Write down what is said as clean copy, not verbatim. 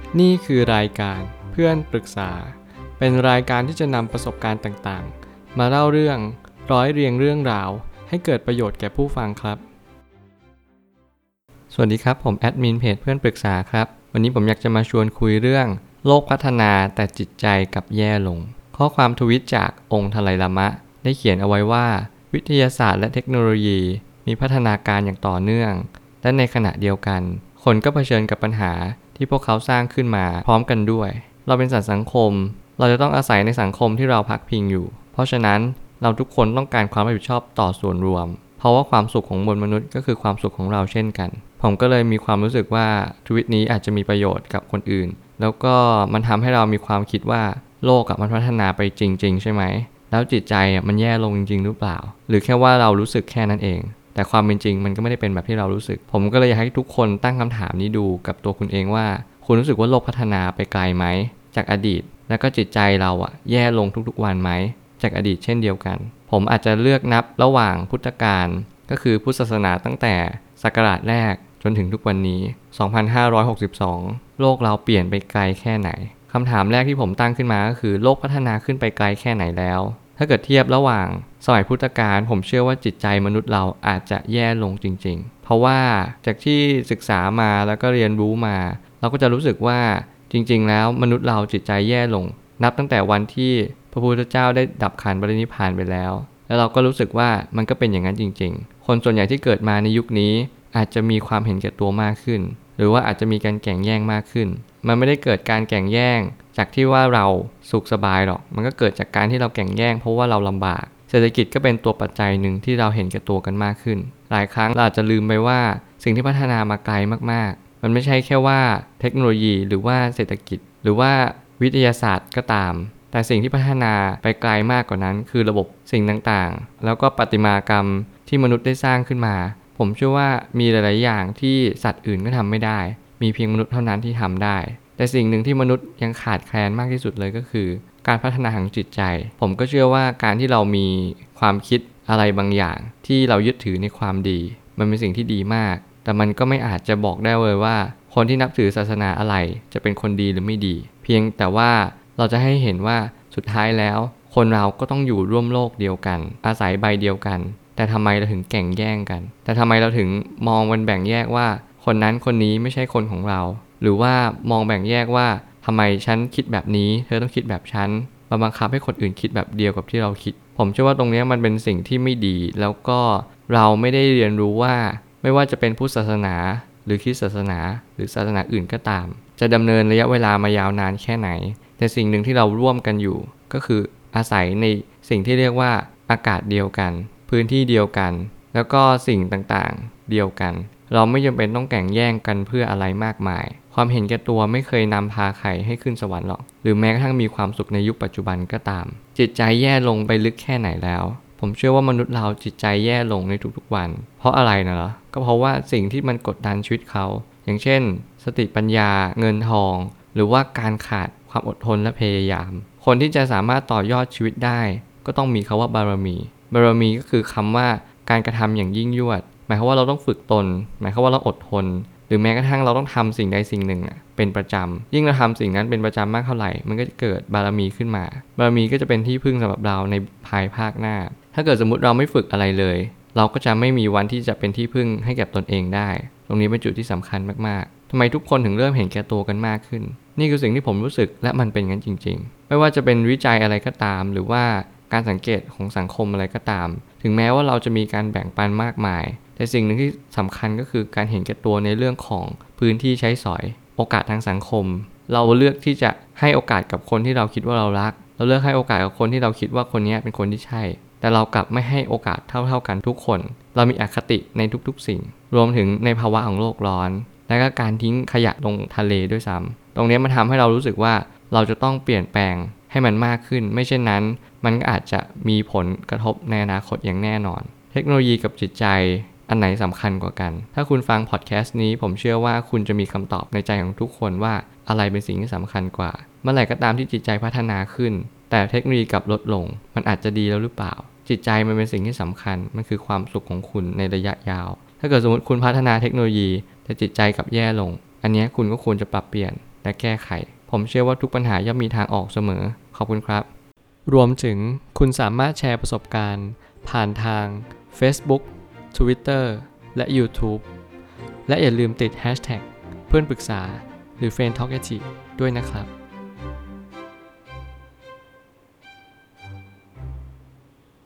นี่คือรายการเพื่อนปรึกษาเป็นรายการที่จะนำประสบการณ์ต่างๆมาเล่าเรื่องร้อยเรียงเรื่องราวให้เกิดประโยชน์แก่ผู้ฟังครับสวัสดีครับผมแอดมินเพจเพื่อนปรึกษาครับวันนี้ผมอยากจะมาชวนคุยเรื่องโลกพัฒนาแต่จิตใจกลับแย่ลงข้อความทวิตจากองค์ทไลลามะได้เขียนเอาไว้ว่าวิทยาศาสตร์และเทคโนโลยีมีพัฒนาการอย่างต่อเนื่องและในขณะเดียวกันคนก็เผชิญกับปัญหาที่พวกเขาสร้างขึ้นมาพร้อมกันด้วยเราเป็นสัตว์สังคมเราจะต้องอาศัยในสังคมที่เราพักพิงอยู่เพราะฉะนั้นเราทุกคนต้องการความรับผิดชอบต่อส่วนรวมเพราะว่าความสุขของมวลมนุษย์ก็คือความสุขของเราเช่นกันผมก็เลยมีความรู้สึกว่าทวิตนี้อาจจะมีประโยชน์กับคนอื่นแล้วก็มันทำให้เรามีความคิดว่าโลกมันพัฒนาไปจริงๆใช่ไหมแล้วจิตใจมันแย่ลงจริงๆหรือเปล่าหรือแค่ว่าเรารู้สึกแค่นั้นเองแต่ความเป็นจริงมันก็ไม่ได้เป็นแบบที่เรารู้สึกผมก็เลยอยากให้ทุกคนตั้งคำถามนี้ดูกับตัวคุณเองว่าคุณรู้สึกว่าโลกพัฒนาไปไกลไหมจากอดีตแล้วก็จิตใจเราแย่ลงทุกๆวันไหมจากอดีตเช่นเดียวกันผมอาจจะเลือกนับระหว่างพุทธกาลก็คือพุทธศาสนาตั้งแต่ศักราชแรกจนถึงทุกวันนี้2562โลกเราเปลี่ยนไปไกลแค่ไหนคำถามแรกที่ผมตั้งขึ้นมาก็คือโลกพัฒนาขึ้นไปไกลแค่ไหนแล้วถ้าเกิดเทียบระหว่างสมัยพุทธกาลผมเชื่อว่าจิตใจมนุษย์เราอาจจะแย่ลงจริงๆเพราะว่าจากที่ศึกษามาแล้วก็เรียนรู้มาเราก็จะรู้สึกว่าจริงๆแล้วมนุษย์เราจิตใจแย่ลงนับตั้งแต่วันที่พระพุทธเจ้าได้ดับขันธ์ปรินิพพานไปแล้วเราก็รู้สึกว่ามันก็เป็นอย่างนั้นจริงๆคนส่วนใหญ่ที่เกิดมาในยุคนี้อาจจะมีความเห็นแก่ตัวมากขึ้นหรือว่าอาจจะมีการแข่งแย่งมากขึ้นมันไม่ได้เกิดการแข่งแย่งจากที่ว่าเราสุขสบายหรอกมันก็เกิดจากการที่เราแข่งแย่งเพราะว่าเราลำบากเศรษฐกิจก็เป็นตัวปัจจัยหนึ่งที่เราเห็นแก่ตัวกันมากขึ้นหลายครั้งเราอาจจะลืมไปว่าสิ่งที่พัฒนามาไกลมากๆมันไม่ใช่แค่ว่าเทคโนโลยีหรือว่าเศรษฐกิจหรือว่าวิทยาศาสตร์ก็ตามแต่สิ่งที่พัฒนาไปไกลมากกว่านั้นคือระบบสิ่งต่างๆแล้วก็ประติมากรรมที่มนุษย์ได้สร้างขึ้นมาผมเชื่อว่ามีหลายๆอย่างที่สัตว์อื่นก็ทำไม่ได้มีเพียงมนุษย์เท่านั้นที่ทำได้แต่สิ่งหนึ่งที่มนุษย์ยังขาดแคลนมากที่สุดเลยก็คือการพัฒนาทางจิตใจผมก็เชื่อว่าการที่เรามีความคิดอะไรบางอย่างที่เรายึดถือในความดีมันเป็นสิ่งที่ดีมากแต่มันก็ไม่อาจจะบอกได้เลยว่าคนที่นับถือศาสนาอะไรจะเป็นคนดีหรือไม่ดีเพียงแต่ว่าเราจะให้เห็นว่าสุดท้ายแล้วคนเราก็ต้องอยู่ร่วมโลกเดียวกันอาศัยใบเดียวกันแต่ทำไมเราถึงแข่งแย่งกันแต่ทำไมเราถึงมองมันแบ่งแยกว่าคนนั้นคนนี้ไม่ใช่คนของเราหรือว่ามองแบ่งแยกว่าทำไมฉันคิดแบบนี้เธอต้องคิดแบบฉันมาบังคับให้คนอื่นคิดแบบเดียวกับที่เราคิดผมเชื่อว่าตรงนี้มันเป็นสิ่งที่ไม่ดีแล้วก็เราไม่ได้เรียนรู้ว่าไม่ว่าจะเป็นพุทธศาสนาหรือคริสต์ศาสนาหรือศาสนาอื่นก็ตามจะดำเนินระยะเวลามายาวนานแค่ไหนแต่สิ่งหนึ่งที่เราร่วมกันอยู่ก็คืออาศัยในสิ่งที่เรียกว่าอากาศเดียวกันพื้นที่เดียวกันแล้วก็สิ่งต่างๆเดียวกันเราไม่จำเป็นต้องแข่งแย่งกันเพื่ออะไรมากมายความเห็นแก่ตัวไม่เคยนำพาใครให้ขึ้นสวรรค์หรอกหรือแม้กระทั่งมีความสุขในยุคปัจจุบันก็ตามจิตใจแย่ลงไปลึกแค่ไหนแล้วผมเชื่อว่ามนุษย์เราจิตใจแย่ลงในทุกๆวันเพราะอะไรนะล่ะก็เพราะว่าสิ่งที่มันกดดันชีวิตเขาอย่างเช่นสติปัญญาเงินทองหรือว่าการขาดความอดทนและพยายามคนที่จะสามารถต่อยอดชีวิตได้ก็ต้องมีคำว่าบารมีก็คือคำว่าการกระทำอย่างยิ่งยวดหมายความว่าเราต้องฝึกตนหมายความว่าเราอดทนหรือแม้กระทั่งเราต้องทำสิ่งใดสิ่งหนึ่งเป็นประจำยิ่งเราทำสิ่งนั้นเป็นประจำมากเท่าไหร่มันก็จะเกิดบารมีขึ้นมาบารมีก็จะเป็นที่พึ่งสำหรับเราในภายภาคหน้าถ้าเกิดสมมุติเราไม่ฝึกอะไรเลยเราก็จะไม่มีวันที่จะเป็นที่พึ่งให้แก่ตนเองได้ตรงนี้เป็นจุดที่สำคัญมากๆทำไมทุกคนถึงเริ่มเห็นแก่ตัวกันมากขึ้นนี่คือสิ่งที่ผมรู้สึกและมันเป็นงั้นจริงๆไม่ว่าจะเป็นวิจัยอะไรก็ตามหรือว่าการสังเกตของสังคมอะไรก็ตามถึงแม้ว่าเราจะมีการแบ่งปันมากมายแต่สิ่งหนึ่งที่สำคัญก็คือการเห็นแก่ตัวในเรื่องของพื้นที่ใช้สอยโอกาสทางสังคมเราเลือกที่จะให้โอกาสกับคนที่เราคิดว่าเรารักเราเลือกให้โอกาสกับคนที่เราคิดว่าคนนี้เป็นคนที่ใช่แต่เรากลับไม่ให้โอกาสเท่ากันทุกคนเรามีอคติในทุกๆสิ่งรวมถึงในภาวะของโลกร้อนและก็การทิ้งขยะลงทะเลด้วยซ้ำตรงนี้มันทำให้เรารู้สึกว่าเราจะต้องเปลี่ยนแปลงให้มันมากขึ้นไม่เช่นนั้นมันก็อาจจะมีผลกระทบในอนาคตอย่างแน่นอนเทคโนโลยีกับจิตใจอันไหนสำคัญกว่ากันถ้าคุณฟังพอดแคสต์นี้ผมเชื่อว่าคุณจะมีคำตอบในใจของทุกคนว่าอะไรเป็นสิ่งที่สำคัญกว่าเมื่อไหร่ก็ตามที่จิตใจพัฒนาขึ้นแต่เทคโนโลยีกลับลดลงมันอาจจะดีแล้วหรือเปล่าจิตใจมันเป็นสิ่งที่สำคัญมันคือความสุขของคุณในระยะยาวถ้าเกิดสมมติคุณพัฒนาเทคโนโลยีแต่จิตใจกลับแย่ลงอันนี้คุณก็ควรจะปรับเปลี่ยนแต่และแก้ไขผมเชื่อว่าทุกปัญหาย่อมมีทางออกเสมอขอบคุณครับรวมถึงคุณสามารถแชร์ประสบการณ์ผ่านทาง Facebook Twitter และ YouTube และอย่าลืมติด Hashtag เพื่อนปรึกษาหรือ f r ร e n d Talk ด้วยนะครับ